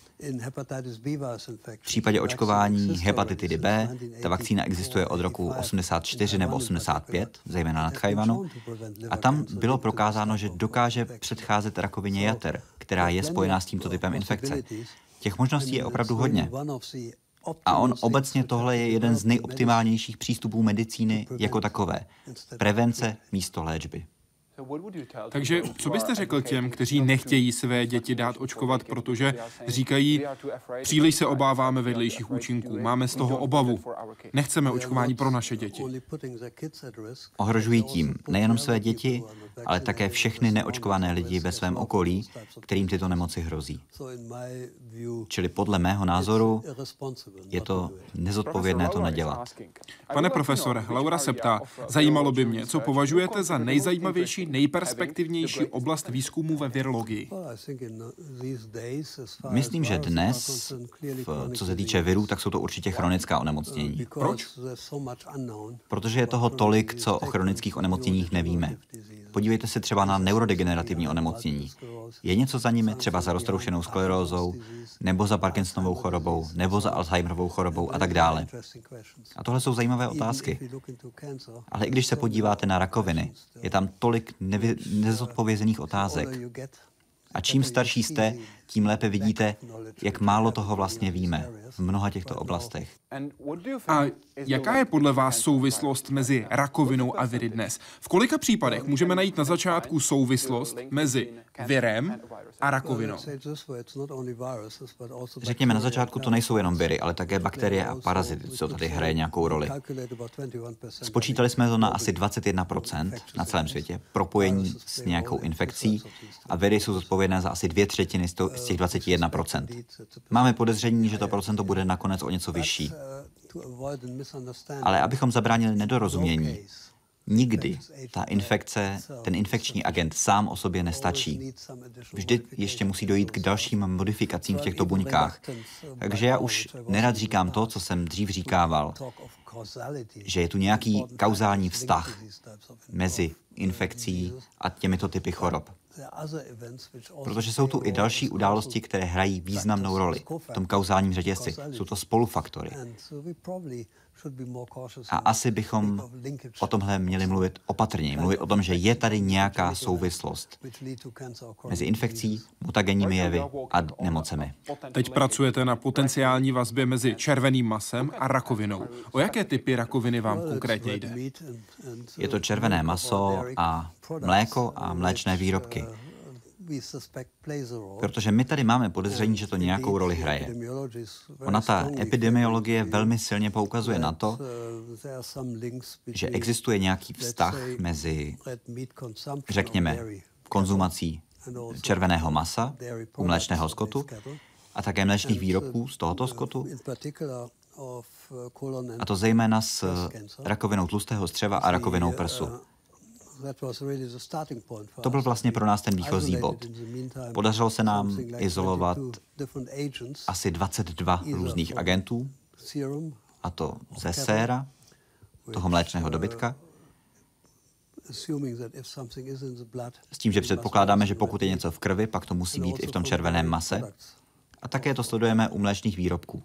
V případě očkování hepatitidy B ta vakcína existuje od roku osmdesát čtyři nebo osmdesát pět, zejména na Tchaj-wanu, a tam bylo prokázáno, že dokáže předcházet rakovině jater, která je spojená s tímto typem infekce. Těch možností je opravdu hodně. A on obecně tohle je jeden z nejoptimálnějších přístupů medicíny jako takové. Prevence místo léčby. Takže co byste řekl těm, kteří nechtějí své děti dát očkovat, protože říkají, příliš se obáváme vedlejších účinků, máme z toho obavu, nechceme očkování pro naše děti. Ohrožují tím nejenom své děti, ale také všechny neočkované lidi ve svém okolí, kterým tyto nemoci hrozí. Čili podle mého názoru je to nezodpovědné to nedělat. Pane profesore, Laura se ptá, zajímalo by mě, co považujete za nejzajímavější, nejperspektivnější oblast výzkumu ve virologii? Myslím, že dnes, v, co se týče virů, tak jsou to určitě chronická onemocnění. Proč? Protože je toho tolik, co o chronických onemocněních nevíme. Podívejte se třeba na neurodegenerativní onemocnění. Je něco za nimi, třeba za roztroušenou sklerózou, nebo za Parkinsonovou chorobou, nebo za Alzheimerovou chorobou a tak dále. A tohle jsou zajímavé otázky. Ale i když se podíváte na rakoviny, je tam tolik nevy, nezodpovězených otázek. A čím starší jste, tím lépe vidíte, jak málo toho vlastně víme v mnoha těchto oblastech. A jaká je podle vás souvislost mezi rakovinou a viry dnes? V kolika případech můžeme najít na začátku souvislost mezi virem a rakovinou? Řekněme, na začátku to nejsou jenom viry, ale také bakterie a parazity, co tady hraje nějakou roli. Spočítali jsme to na asi dvacet jedna procent na celém světě, propojení s nějakou infekcí, a viry jsou zodpovědné za asi dvě třetiny z těch dvacet jedna procent. Máme podezření, že to procento bude nakonec o něco vyšší. Ale abychom zabránili nedorozumění, nikdy ta infekce, ten infekční agent sám o sobě nestačí. Vždy ještě musí dojít k dalším modifikacím v těchto buňkách. Takže já už nerad říkám to, co jsem dřív říkával, že je tu nějaký kauzální vztah mezi infekcí a těmito typy chorob. Protože jsou tu i další události, které hrají významnou roli v tom kauzálním řetězci. Jsou to spolufaktory. A asi bychom o tomhle měli mluvit opatrněji. Mluvit o tom, že je tady nějaká souvislost mezi infekcí, mutagenními jevy a nemocemi. Teď pracujete na potenciální vazbě mezi červeným masem a rakovinou. O jaké typy rakoviny vám konkrétně jde? Je to červené maso a mléko a mléčné výrobky. Protože my tady máme podezření, že to nějakou roli hraje. Ona ta epidemiologie velmi silně poukazuje na to, že existuje nějaký vztah mezi, řekněme, konzumací červeného masa u mléčného skotu a také mléčných výrobků z tohoto skotu, a to zejména s rakovinou tlustého střeva a rakovinou prsu. To byl vlastně pro nás ten výchozí bod. Podařilo se nám izolovat asi dvacet dva různých agentů, a to ze séra, toho mléčného dobytka, s tím, že předpokládáme, že pokud je něco v krvi, pak to musí být i v tom červeném mase. A také to sledujeme u mléčných výrobků.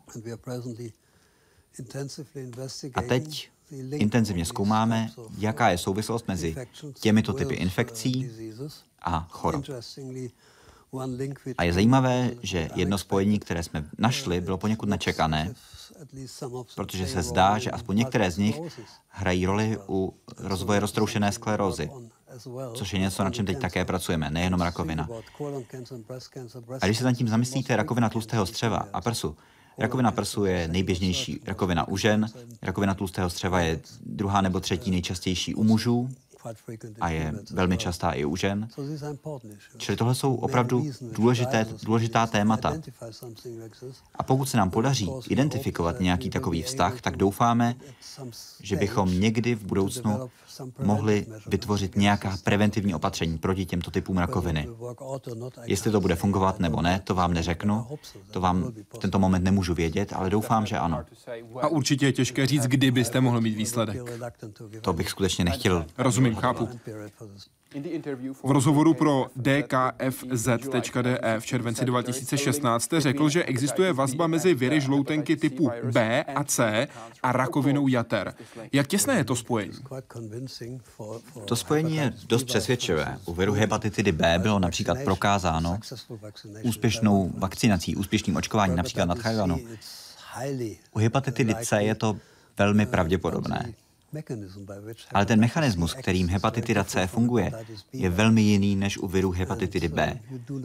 A teď intenzivně zkoumáme, jaká je souvislost mezi těmito typy infekcí a chorob. A je zajímavé, že jedno spojení, které jsme našli, bylo poněkud nečekané, protože se zdá, že aspoň některé z nich hrají roli u rozvoje roztroušené sklerózy, což je něco, na čem teď také pracujeme, nejenom rakovina. A když se nad tím zamyslíte, rakovina tlustého střeva a prsu, rakovina prsu je nejběžnější rakovina u žen, rakovina tlustého střeva je druhá nebo třetí nejčastější u mužů a je velmi častá i u žen. Čili tohle jsou opravdu důležité, důležitá témata. A pokud se nám podaří identifikovat nějaký takový vztah, tak doufáme, že bychom někdy v budoucnu mohli vytvořit nějaká preventivní opatření proti těmto typům rakoviny. Jestli to bude fungovat nebo ne, to vám neřeknu, to vám v tento moment nemůžu vědět, ale doufám, že ano. A určitě je těžké říct, kdy byste mohli mít výsledek. To bych skutečně nechtěl. Rozumím, chápu. V rozhovoru pro D K F Z tečka D E v červenci dva tisíce šestnáct jste řekl, že existuje vazba mezi viry žloutenky typu B a C a rakovinou jater. Jak těsné je to spojení? To spojení je dost přesvědčivé. U viru hepatitidy B bylo například prokázáno úspěšnou vakcinací, úspěšným očkováním například na Tchajwanu. U hepatitidy C je to velmi pravděpodobné. Ale ten mechanismus, kterým hepatitida C funguje, je velmi jiný než u viru hepatitidy B.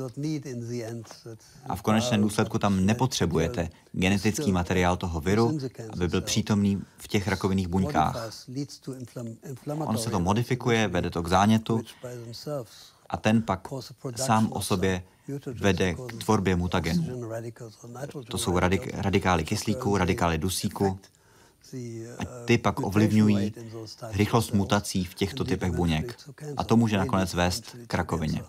A v konečném důsledku tam nepotřebujete genetický materiál toho viru, aby byl přítomný v těch rakovinných buňkách. Ono se to modifikuje, vede to k zánětu a ten pak sám o sobě vede k tvorbě mutagenů. To jsou radik- radikály kyslíku, radikály dusíku, a ty pak ovlivňují rychlost mutací v těchto typech buněk. A to může nakonec vést k rakovině.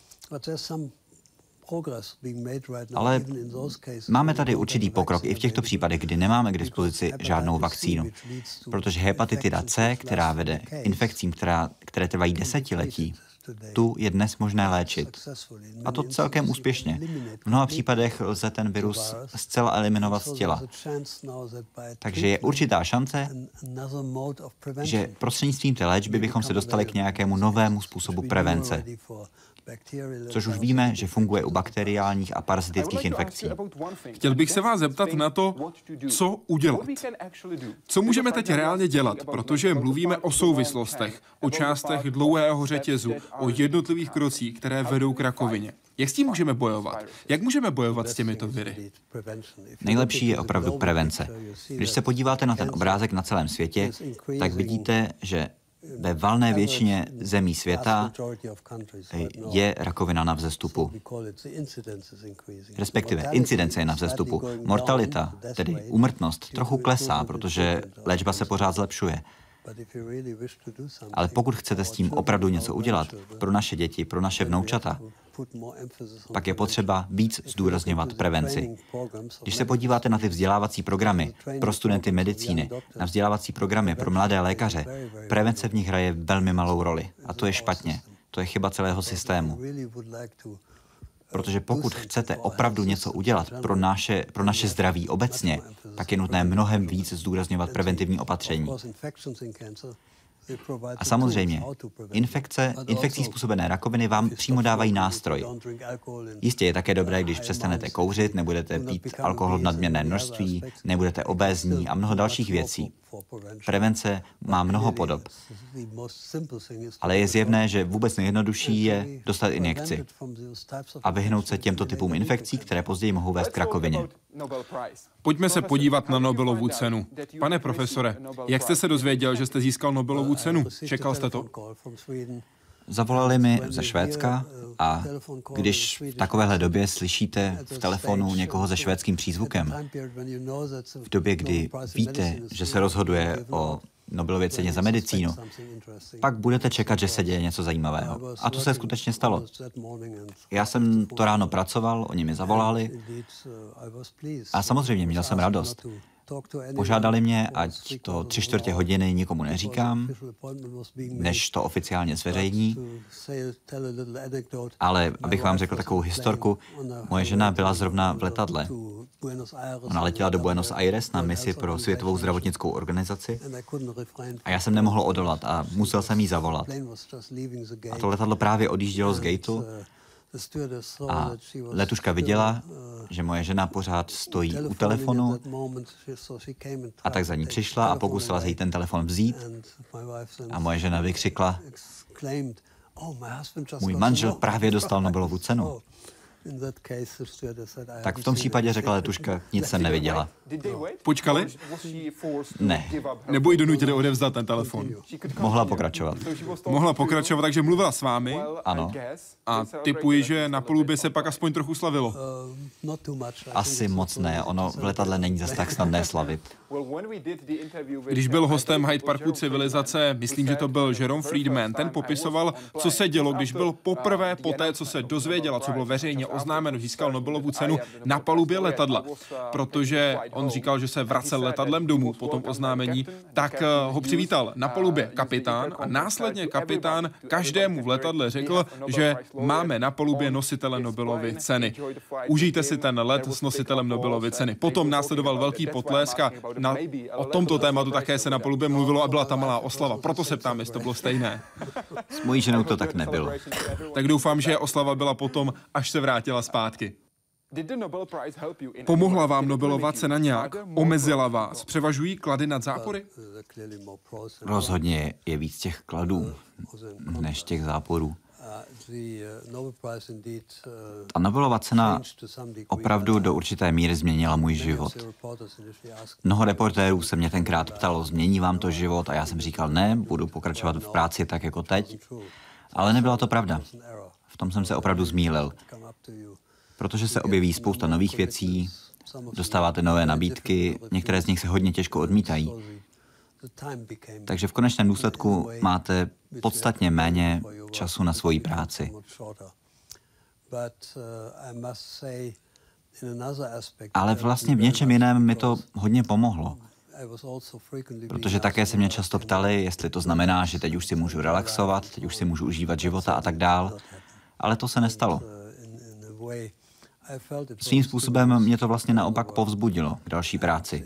Ale máme tady určitý pokrok i v těchto případech, kdy nemáme k dispozici žádnou vakcínu. Protože hepatitida C, která vede k infekcím, která, které trvají desetiletí, tu je dnes možné léčit. A to celkem úspěšně. V mnoha případech lze ten virus zcela eliminovat z těla. Takže je určitá šance, že prostřednictvím té léčby bychom se dostali k nějakému novému způsobu prevence. Což už víme, že funguje u bakteriálních a parazitických infekcí. Chtěl bych se vás zeptat na to, co udělat. Co můžeme teď reálně dělat, protože mluvíme o souvislostech, o částech dlouhého řetězu, o jednotlivých krocích, které vedou k rakovině. Jak s tím můžeme bojovat? Jak můžeme bojovat s těmito viry? Nejlepší je opravdu prevence. Když se podíváte na ten obrázek na celém světě, tak vidíte, že ve valné většině zemí světa je rakovina na vzestupu. Respektive incidence je na vzestupu. Mortalita, tedy úmrtnost, trochu klesá, protože léčba se pořád zlepšuje. Ale pokud chcete s tím opravdu něco udělat pro naše děti, pro naše vnoučata, pak je potřeba víc zdůrazňovat prevenci. Když se podíváte na ty vzdělávací programy pro studenty medicíny, na vzdělávací programy pro mladé lékaře, prevence v nich hraje velmi malou roli. A to je špatně. To je chyba celého systému. Protože pokud chcete opravdu něco udělat pro naše, pro naše zdraví obecně, pak je nutné mnohem víc zdůrazňovat preventivní opatření. A samozřejmě, infekce, infekcí způsobené rakoviny vám přímo dávají nástroj. Jistě je také dobré, když přestanete kouřit, nebudete pít alkohol v nadměrné množství, nebudete obézní a mnoho dalších věcí. Prevence má mnoho podob. Ale je zjevné, že vůbec nejjednodušší je dostat injekci a vyhnout se těmto typům infekcí, které později mohou vést k rakovině. Pojďme se podívat na Nobelovu cenu. Pane profesore, jak jste se dozvěděl, že jste získal Nobelovu cenu? Čekal jste to? Zavolali mi ze Švédska a když v takovéhle době slyšíte v telefonu někoho se švédským přízvukem, v době, kdy víte, že se rozhoduje o Nobelově ceně za medicínu, pak budete čekat, že se děje něco zajímavého. A to se skutečně stalo. Já jsem to ráno pracoval, oni mi zavolali a samozřejmě měl jsem radost. Požádali mě, ať to tři čtvrtě hodiny nikomu neříkám, než to oficiálně zveřejní. Ale abych vám řekl takovou historku, moje žena byla zrovna v letadle. Ona letěla do Buenos Aires na misi pro Světovou zdravotnickou organizaci a já jsem nemohl odolat a musel jsem jí zavolat. A to letadlo právě odjíždělo z gateu a letuška viděla, že moje žena pořád stojí u telefonu a tak za ní přišla a pokusila se jí ten telefon vzít a moje žena vykřikla: můj manžel právě dostal Nobelovu cenu. Tak v tom případě řekla letuška, nic jsem neviděla. Počkali? Ne. Nebo ji donutili odevzdat ten telefon? Mohla pokračovat. Mohla pokračovat, takže mluvila s vámi? Ano. A tipuji, že na palubě se pak aspoň trochu slavilo. Asi moc ne, ono v letadle není zas tak snadné slavit. Když byl hostem Hyde Parku civilizace, myslím, že to byl Jerome Friedman, ten popisoval, co se dělo, když byl poprvé po té, co se dozvěděla, co bylo veřejně oznámeno, získal Nobelovu cenu na palubě letadla. Protože on říkal, že se vracel letadlem domů po tom oznámení, tak ho přivítal na palubě kapitán a následně kapitán každému v letadle řekl, že máme na palubě nositele Nobelovy ceny. Užijte si ten let s nositelem Nobelovy ceny. Potom následoval velký potlesk a na, o tomto tématu také se na palubě mluvilo a byla ta malá oslava. Proto se ptám, jestli to bylo stejné. S mojí ženou to tak nebylo. Tak doufám, že oslava byla potom, až se vrátila zpátky. Pomohla vám Nobelova cena nějak? Omezila vás? Převažují klady nad zápory? Rozhodně je víc těch kladů než těch záporů. Ta Nobelova cena opravdu do určité míry změnila můj život. Mnoho reportérů se mě tenkrát ptalo, změní vám to život? A já jsem říkal, ne, budu pokračovat v práci tak jako teď. Ale nebyla to pravda. V tom jsem se opravdu zmýlil. Protože se objeví spousta nových věcí, dostáváte nové nabídky, některé z nich se hodně těžko odmítají. Takže v konečném důsledku máte podstatně méně času na svoji práci. Ale vlastně v něčem jiném mi to hodně pomohlo. Protože také se mě často ptali, jestli to znamená, že teď už si můžu relaxovat, teď už si můžu užívat života a tak dál. Ale to se nestalo. Svým způsobem mě to vlastně naopak povzbudilo k další práci.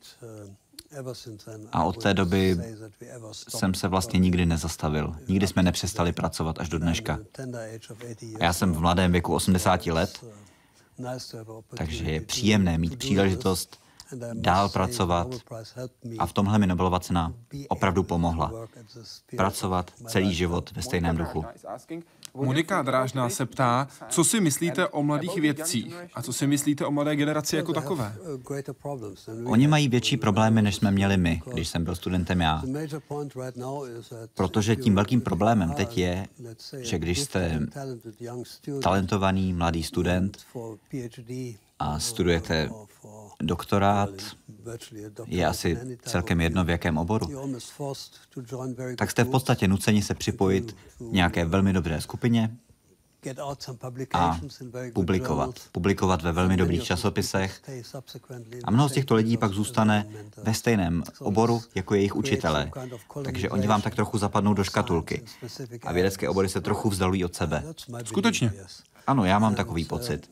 A od té doby jsem se vlastně nikdy nezastavil. Nikdy jsme nepřestali pracovat až do dneška. A já jsem v mladém věku osmdesáti let, takže je příjemné mít příležitost dál pracovat a v tomhle mi Nobelova cena opravdu pomohla. Pracovat celý život ve stejném duchu. Monika Drážná se ptá, co si myslíte o mladých vědcích a co si myslíte o mladé generaci jako takové? Oni mají větší problémy, než jsme měli my, když jsem byl studentem já. Protože tím velkým problémem teď je, že když jste talentovaný mladý student a studujete doktorát, je asi celkem jedno v jakém oboru, tak jste v podstatě nuceni se připojit k nějaké velmi dobré skupině a publikovat. Publikovat ve velmi dobrých časopisech. A mnoho z těchto lidí pak zůstane ve stejném oboru jako jejich učitelé. Takže oni vám tak trochu zapadnou do škatulky. A vědecké obory se trochu vzdalují od sebe. Skutečně. Ano, já mám takový pocit.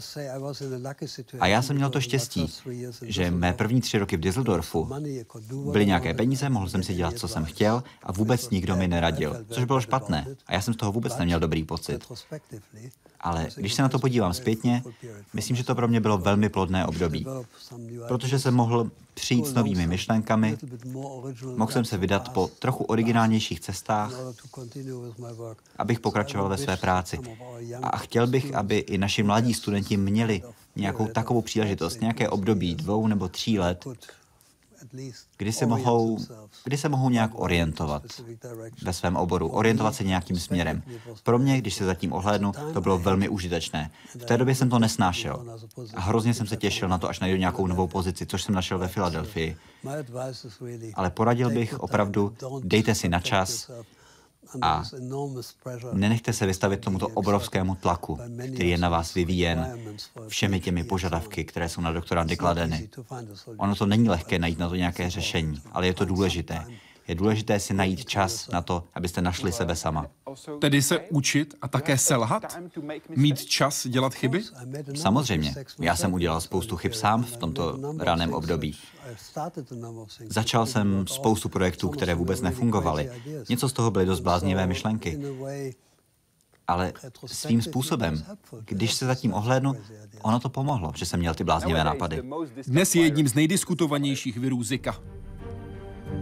A já jsem měl to štěstí, že mé první tři roky v Düsseldorfu byly nějaké peníze, mohl jsem si dělat, co jsem chtěl a vůbec nikdo mi neradil, což bylo špatné. A já jsem z toho vůbec neměl dobrý pocit. Ale když se na to podívám zpětně, myslím, že to pro mě bylo velmi plodné období. Protože jsem mohl přijít s novými myšlenkami, mohl jsem se vydat po trochu originálnějších cestách, abych pokračoval ve své práci. A chtěl bych, aby i naši mladí studenti měli nějakou takovou příležitost, nějaké období dvou nebo tří let, kdy se mohou, kdy se mohou nějak orientovat ve svém oboru, orientovat se nějakým směrem. Pro mě, když se zatím ohlédnu, to bylo velmi užitečné. V té době jsem to nesnášel a hrozně jsem se těšil na to, až najdu nějakou novou pozici, což jsem našel ve Filadelfii. Ale poradil bych opravdu, dejte si na čas a nenechte se vystavit tomuto obrovskému tlaku, který je na vás vyvíjen všemi těmi požadavky, které jsou na doktorandy kladeny. Ono to není lehké najít na to nějaké řešení, ale je to důležité. Je důležité si najít čas na to, abyste našli sebe sama. Tedy se učit a také selhat? Mít čas dělat chyby? Samozřejmě. Já jsem udělal spoustu chyb sám v tomto raném období. Začal jsem spoustu projektů, které vůbec nefungovaly. Něco z toho byly dost bláznivé myšlenky. Ale svým způsobem, když se zatím ohlédnu, ono to pomohlo, že jsem měl ty bláznivé nápady. Dnes je jedním z nejdiskutovanějších virů Zika.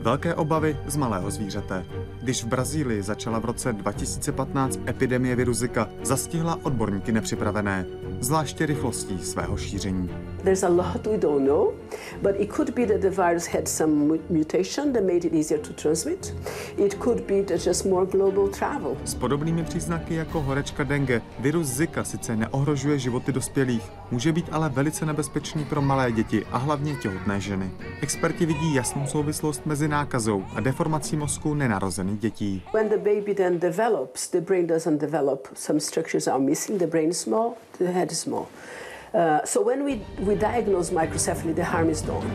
Velké obavy z malého zvířete. Když v Brazílii začala v roce dva tisíce patnáct epidemie viru Zika, zastihla odborníky nepřipravené, zvláště rychlostí svého šíření. There's a lot we don't know, but it could be that the virus had some mutation that made it easier to transmit. It could be that just more global travel. S podobnými příznaky jako horečka dengue, virus Zika sice neohrožuje životy dospělých, může být ale velice nebezpečný pro malé děti a hlavně těhotné ženy. Experti vidí jasnou souvislost mezi nákazou a deformací mozku nenarozených dětí. When the baby then develops, the brain doesn't develop. Some structures are missing. The brain is small, the head is small. Uh, so when we, we diagnose microcephaly, the harm is done.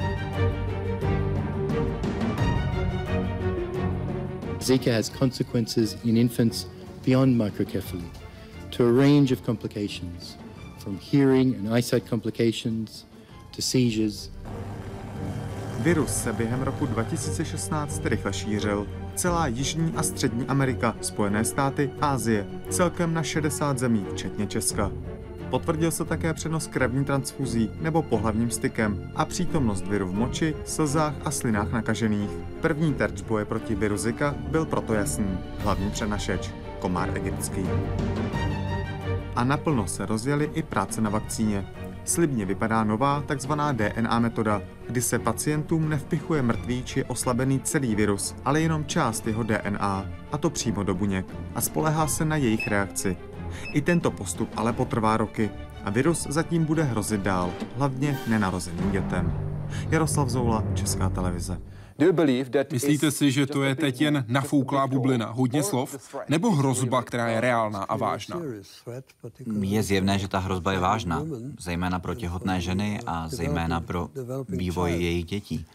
Zika has consequences in infants beyond microcephaly to a range of complications, from hearing and eyesight complications to seizures. Virus se během roku dva tisíce šestnáct rychle šířil. Celá Jižní a Střední Amerika, Spojené státy, Asie, celkem na šedesát zemí, včetně Česka. Potvrdil se také přenos krevní transfuzí nebo pohlavním stykem a přítomnost viru v moči, slzách a slinách nakažených. První terč boje proti viru Zika byl proto jasný. Hlavní přenašeč, komár egyptský. A naplno se rozjeli i práce na vakcíně. Slibně vypadá nová takzvaná D N A metoda, kdy se pacientům nevpichuje mrtvý či oslabený celý virus, ale jenom část jeho D N A, a to přímo do buněk, a spoléhá se na jejich reakci. I tento postup ale potrvá roky a virus zatím bude hrozit dál, hlavně nenarozeným dětem. Jaroslav Zoula, Česká televize. Myslíte si, že to je teď jen nafouklá bublina, hodně slov, nebo hrozba, která je reálná a vážná? Je zjevné, že ta hrozba je vážná, zejména pro těhotné ženy a zejména pro vývoj jejich dětí.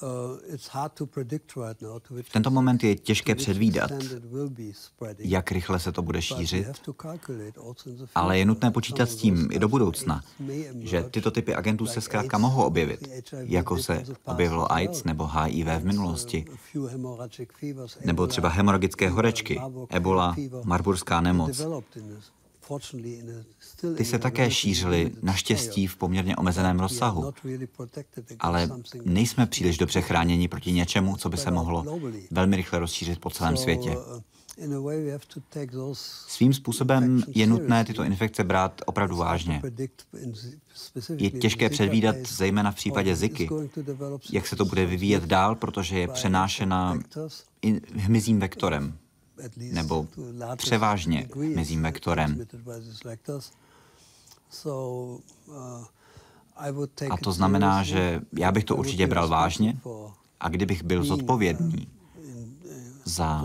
V tento moment je těžké předvídat, jak rychle se to bude šířit, ale je nutné počítat s tím i do budoucna, že tyto typy agentů se zkrátka mohou objevit, jako se objevilo AIDS nebo H I V v minulosti, nebo třeba hemoragické horečky, ebola, marburská nemoc. Ty se také šířily naštěstí v poměrně omezeném rozsahu, ale nejsme příliš dobře chráněni proti něčemu, co by se mohlo velmi rychle rozšířit po celém světě. Svým způsobem je nutné tyto infekce brát opravdu vážně. Je těžké předvídat, zejména v případě Ziky, jak se to bude vyvíjet dál, protože je přenášena hmyzím vektorem, nebo převážně hmyzím vektorem. A to znamená, že já bych to určitě bral vážně a kdybych byl zodpovědný za,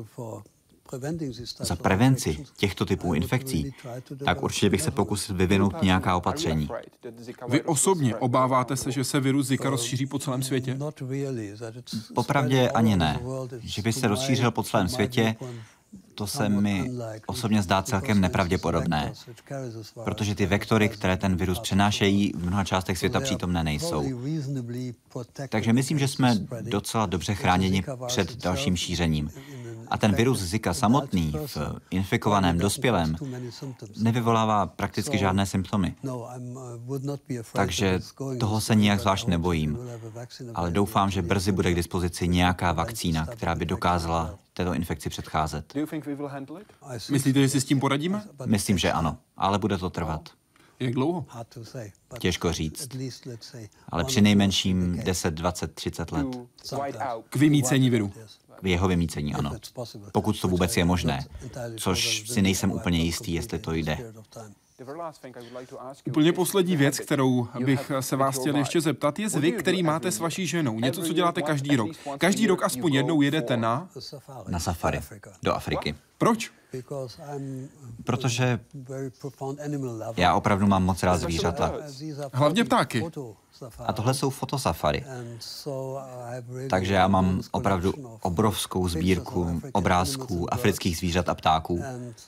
za prevenci těchto typů infekcí, tak určitě bych se pokusil vyvinout nějaká opatření. Vy osobně obáváte se, že se virus Zika rozšíří po celém světě? Popravdě ani ne. Že by se rozšířil po celém světě, to se mi osobně zdá celkem nepravděpodobné, protože ty vektory, které ten virus přenášejí, v mnoha částech světa přítomné nejsou. Takže myslím, že jsme docela dobře chráněni před dalším šířením. A ten virus Zika samotný v infikovaném dospělém nevyvolává prakticky žádné symptomy. Takže toho se nijak zvlášť nebojím. Ale doufám, že brzy bude k dispozici nějaká vakcína, která by dokázala této infekci předcházet. Myslíte, že si s tím poradíme? Myslím, že ano, ale bude to trvat. Jak dlouho? Těžko říct, ale přinejmenším deset, dvacet, třicet let. K vymýcení viru. K jeho vymýcení, ano. Pokud to vůbec je možné, což si nejsem úplně jistý, jestli to jde. Úplně poslední věc, kterou bych se vás chtěl ještě zeptat, je zvyk, který máte s vaší ženou. Něco, co děláte každý rok. Každý rok aspoň jednou jedete na... Na safari. Do Afriky. Proč? Protože já opravdu mám moc rád zvířata. Hlavně ptáky. A tohle jsou fotosafari. Takže já mám opravdu obrovskou sbírku obrázků afrických zvířat a ptáků.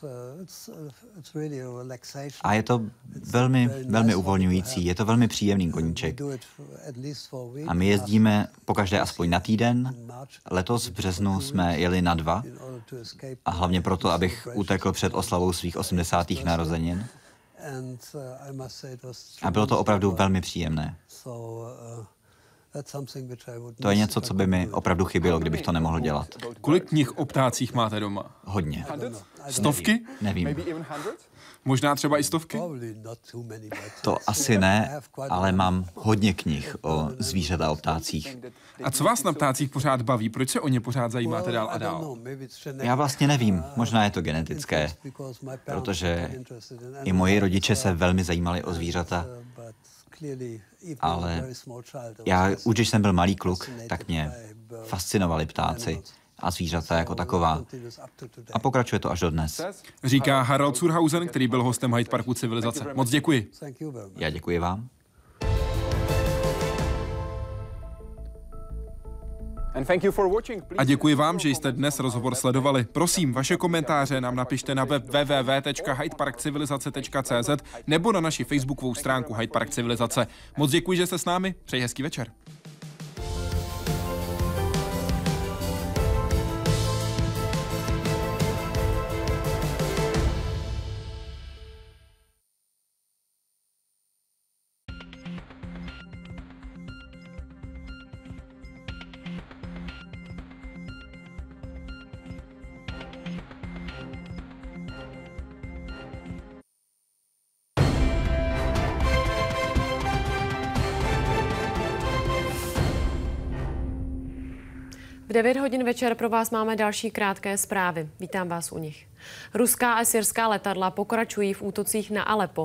A je to velmi, velmi uvolňující, je to velmi příjemný koníček. A my jezdíme pokaždé aspoň na týden. Letos v březnu jsme jeli na dva. A hlavně proto, abych utekl před oslavou svých osmdesátých narozenin. A bylo to opravdu velmi příjemné. To je něco, co by mi opravdu chybělo, kdybych to nemohl dělat. Kolik knih o ptácích máte doma? Hodně. Stovky? Nevím. Možná třeba i stovky? To asi ne, ale mám hodně knih o zvířata o ptácích. A co vás na ptácích pořád baví? Proč se o ně pořád zajímáte dál a dál? Já vlastně nevím, možná je to genetické, protože i moji rodiče se velmi zajímali o zvířata, ale já už když jsem byl malý kluk, tak mě fascinovali ptáci a zvířata jako taková. A pokračuje to až do dnes. Říká Harald Zurhausen, který byl hostem Hyde Parku Civilizace. Moc děkuji. Já děkuji vám. A děkuji vám, že jste dnes rozhovor sledovali. Prosím, vaše komentáře nám napište na web w w w tečka hyde park civilizace tečka c z nebo na naši facebookovou stránku Hyde Park Civilizace. Moc děkuji, že jste s námi. Přeji hezký večer. V devět hodin večer pro vás máme další krátké zprávy. Vítám vás u nich. Ruská a syrská letadla pokračují v útocích na Aleppo.